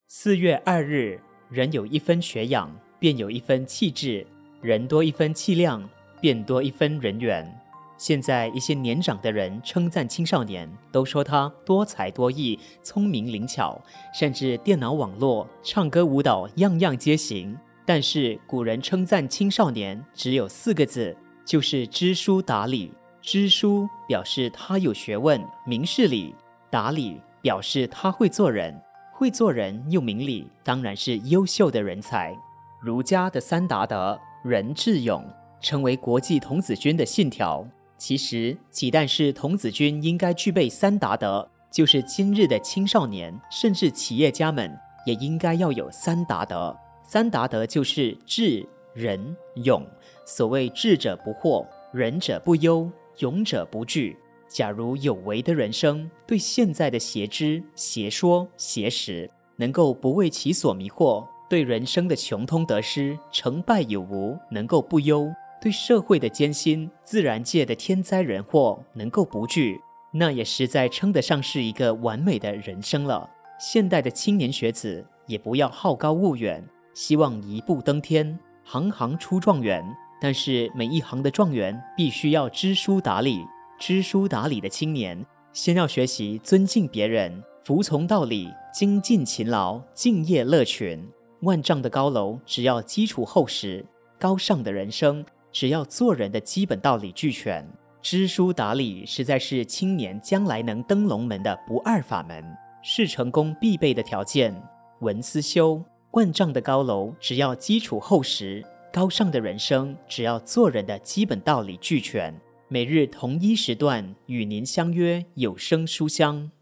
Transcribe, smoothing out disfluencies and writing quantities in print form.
4月2日，人有一分学养，便有一分气质；人多一分气量，便多一分人缘。现在一些年长的人称赞青少年，都说他多才多艺、聪明灵巧，甚至电脑网络、唱歌舞蹈样样皆行。但是古人称赞青少年只有4个字，就是知书达理。知书表示他有学问、明事理；达理表示他会做人。会做人又明理，当然是优秀的人才。儒家的3达德，仁、智、勇，成为国际童子军的信条。其实岂但是童子军应该具备3达德，就是今日的青少年，甚至企业家们也应该要有3达德。3达德就是智、仁、勇。所谓智者不惑，仁者不忧，勇者不惧。假如有为的人生，对现在的邪知、邪说、邪识，能够不为其所迷惑，对人生的穷通得失、成败有无，能够不忧，对社会的艰辛、自然界的天灾人祸，能够不惧，那也实在称得上是一个完美的人生了。现代的青年学子也不要好高骛远，希望一步登天，行行出状元，但是每一行的状元必须要知书达理。知书达理的青年，先要学习尊敬别人，服从道理，精进勤劳，敬业乐群。万丈的高楼只要基础厚实，高尚的人生只要做人的基本道理俱全。知书达理实在是青年将来能登龙门的不二法门，是成功必备的条件。文思修，万丈的高楼只要基础厚实，高尚的人生只要做人的基本道理俱全。每日同一时段与您相约有声书香。